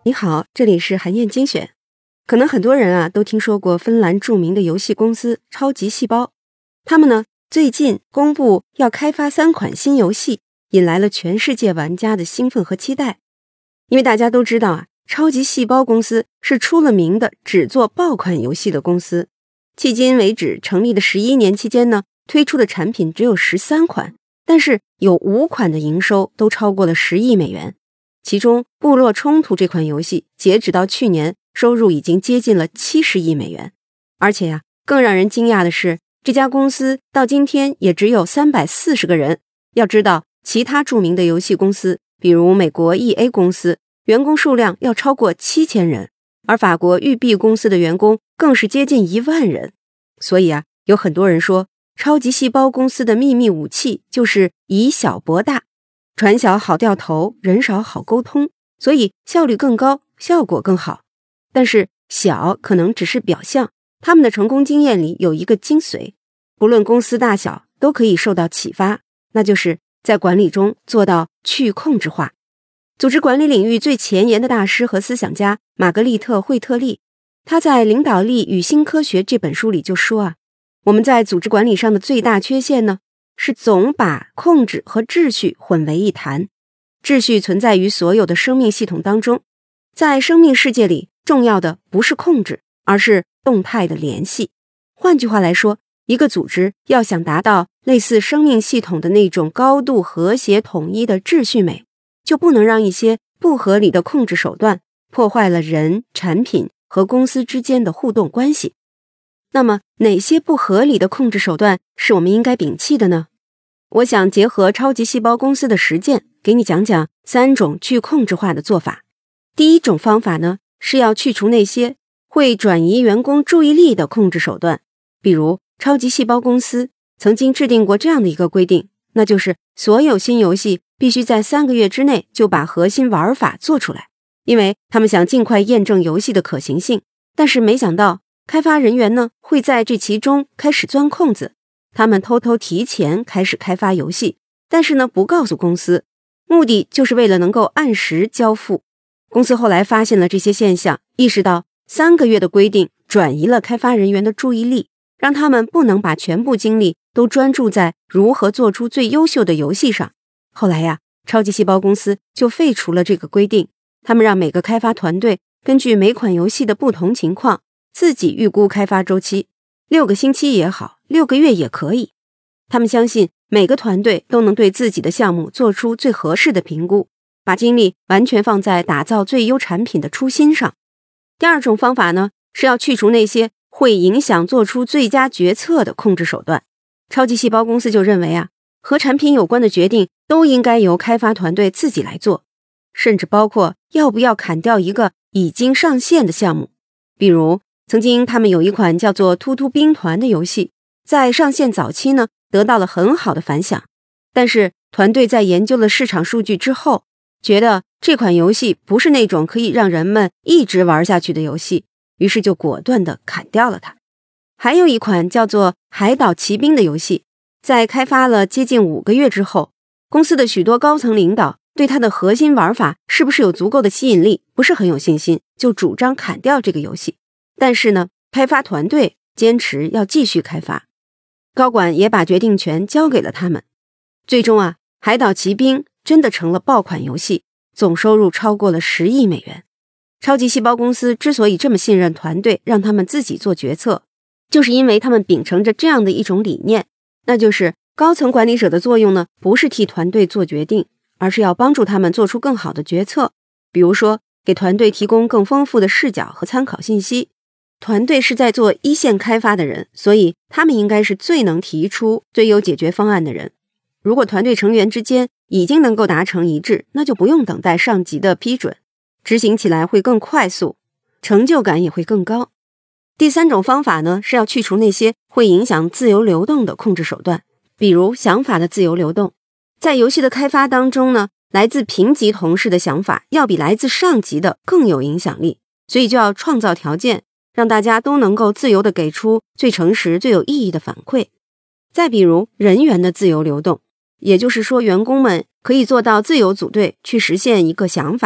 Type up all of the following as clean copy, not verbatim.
你好，这里是韩燕精选。可能很多人都听说过芬兰著名的游戏公司超级细胞，他们呢最近公布要开发3款新游戏，引来了全世界玩家的兴奋和期待。因为大家都知道超级细胞公司是出了名的只做爆款游戏的公司，迄今为止成立的11年期间呢，推出的产品只有13款，但是有5款的营收都超过了10亿美元。其中部落冲突这款游戏截止到去年收入已经接近了70亿美元。而且更让人惊讶的是，这家公司到今天也只有340个人。要知道其他著名的游戏公司，比如美国 EA 公司，员工数量要超过7000人，而法国育碧公司的员工更是接近1万人。所以有很多人说，超级细胞公司的秘密武器就是以小博大，船小好掉头，人少好沟通，所以效率更高，效果更好。但是小可能只是表象，他们的成功经验里有一个精髓，不论公司大小都可以受到启发，那就是在管理中做到去控制化。组织管理领域最前沿的大师和思想家玛格丽特·惠特利，他在《领导力与新科学》这本书里就说我们在组织管理上的最大缺陷呢，是总把控制和秩序混为一谈。秩序存在于所有的生命系统当中，在生命世界里，重要的不是控制，而是动态的联系。换句话来说，一个组织要想达到类似生命系统的那种高度和谐统一的秩序美，就不能让一些不合理的控制手段破坏了人、产品和公司之间的互动关系。那么哪些不合理的控制手段是我们应该摒弃的呢？我想结合超级细胞公司的实践，给你讲讲3种去控制化的做法。第一种方法呢，是要去除那些会转移员工注意力的控制手段。比如超级细胞公司曾经制定过这样的一个规定，那就是所有新游戏必须在3个月之内就把核心玩法做出来，因为他们想尽快验证游戏的可行性。但是没想到开发人员呢，会在这其中开始钻空子，他们偷偷提前开始开发游戏，但是呢不告诉公司，目的就是为了能够按时交付。公司后来发现了这些现象，意识到3个月的规定转移了开发人员的注意力，让他们不能把全部精力都专注在如何做出最优秀的游戏上。后来超级细胞公司就废除了这个规定，他们让每个开发团队根据每款游戏的不同情况自己预估开发周期，6个星期也好，6个月也可以。他们相信每个团队都能对自己的项目做出最合适的评估，把精力完全放在打造最优产品的初心上。第二种方法呢，是要去除那些会影响做出最佳决策的控制手段。超级细胞公司就认为和产品有关的决定都应该由开发团队自己来做，甚至包括要不要砍掉一个已经上线的项目。比如曾经他们有一款叫做突突兵团的游戏，在上线早期呢得到了很好的反响，但是团队在研究了市场数据之后，觉得这款游戏不是那种可以让人们一直玩下去的游戏，于是就果断地砍掉了它。还有一款叫做海岛奇兵的游戏，在开发了接近5个月之后，公司的许多高层领导对它的核心玩法是不是有足够的吸引力不是很有信心，就主张砍掉这个游戏。但是呢，开发团队坚持要继续开发，高管也把决定权交给了他们。最终海岛奇兵真的成了爆款游戏，总收入超过了10亿美元。超级细胞公司之所以这么信任团队，让他们自己做决策，就是因为他们秉承着这样的一种理念，那就是高层管理者的作用呢，不是替团队做决定，而是要帮助他们做出更好的决策。比如说，给团队提供更丰富的视角和参考信息。团队是在做一线开发的人，所以他们应该是最能提出最优解决方案的人。如果团队成员之间已经能够达成一致，那就不用等待上级的批准，执行起来会更快速，成就感也会更高。第3种方法呢，是要去除那些会影响自由流动的控制手段，比如想法的自由流动。在游戏的开发当中呢，来自平级同事的想法要比来自上级的更有影响力，所以就要创造条件，让大家都能够自由地给出最诚实、最有意义的反馈。再比如人员的自由流动，也就是说员工们可以做到自由组队去实现一个想法，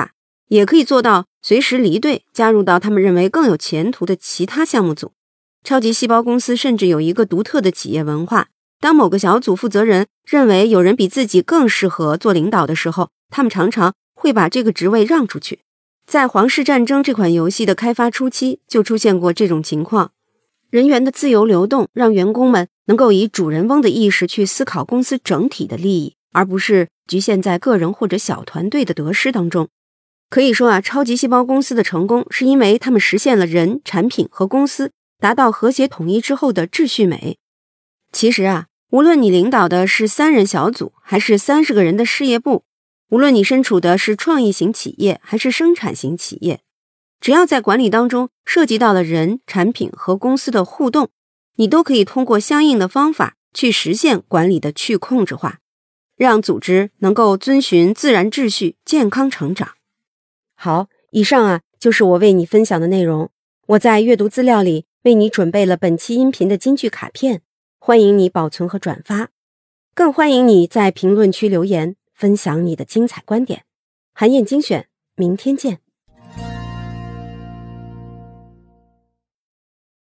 也可以做到随时离队，加入到他们认为更有前途的其他项目组。超级细胞公司甚至有一个独特的企业文化，当某个小组负责人认为有人比自己更适合做领导的时候，他们常常会把这个职位让出去。在《皇室战争》这款游戏的开发初期就出现过这种情况，人员的自由流动让员工们能够以主人翁的意识去思考公司整体的利益，而不是局限在个人或者小团队的得失当中。可以说超级细胞公司的成功是因为他们实现了人、产品和公司达到和谐统一之后的秩序美。其实无论你领导的是3人小组还是30个人的事业部，无论你身处的是创意型企业还是生产型企业，只要在管理当中涉及到了人、产品和公司的互动，你都可以通过相应的方法去实现管理的去控制化，让组织能够遵循自然秩序，健康成长。好，以上就是我为你分享的内容。我在阅读资料里为你准备了本期音频的金句卡片，欢迎你保存和转发，更欢迎你在评论区留言分享你的精彩观点。韩燕精选，明天见。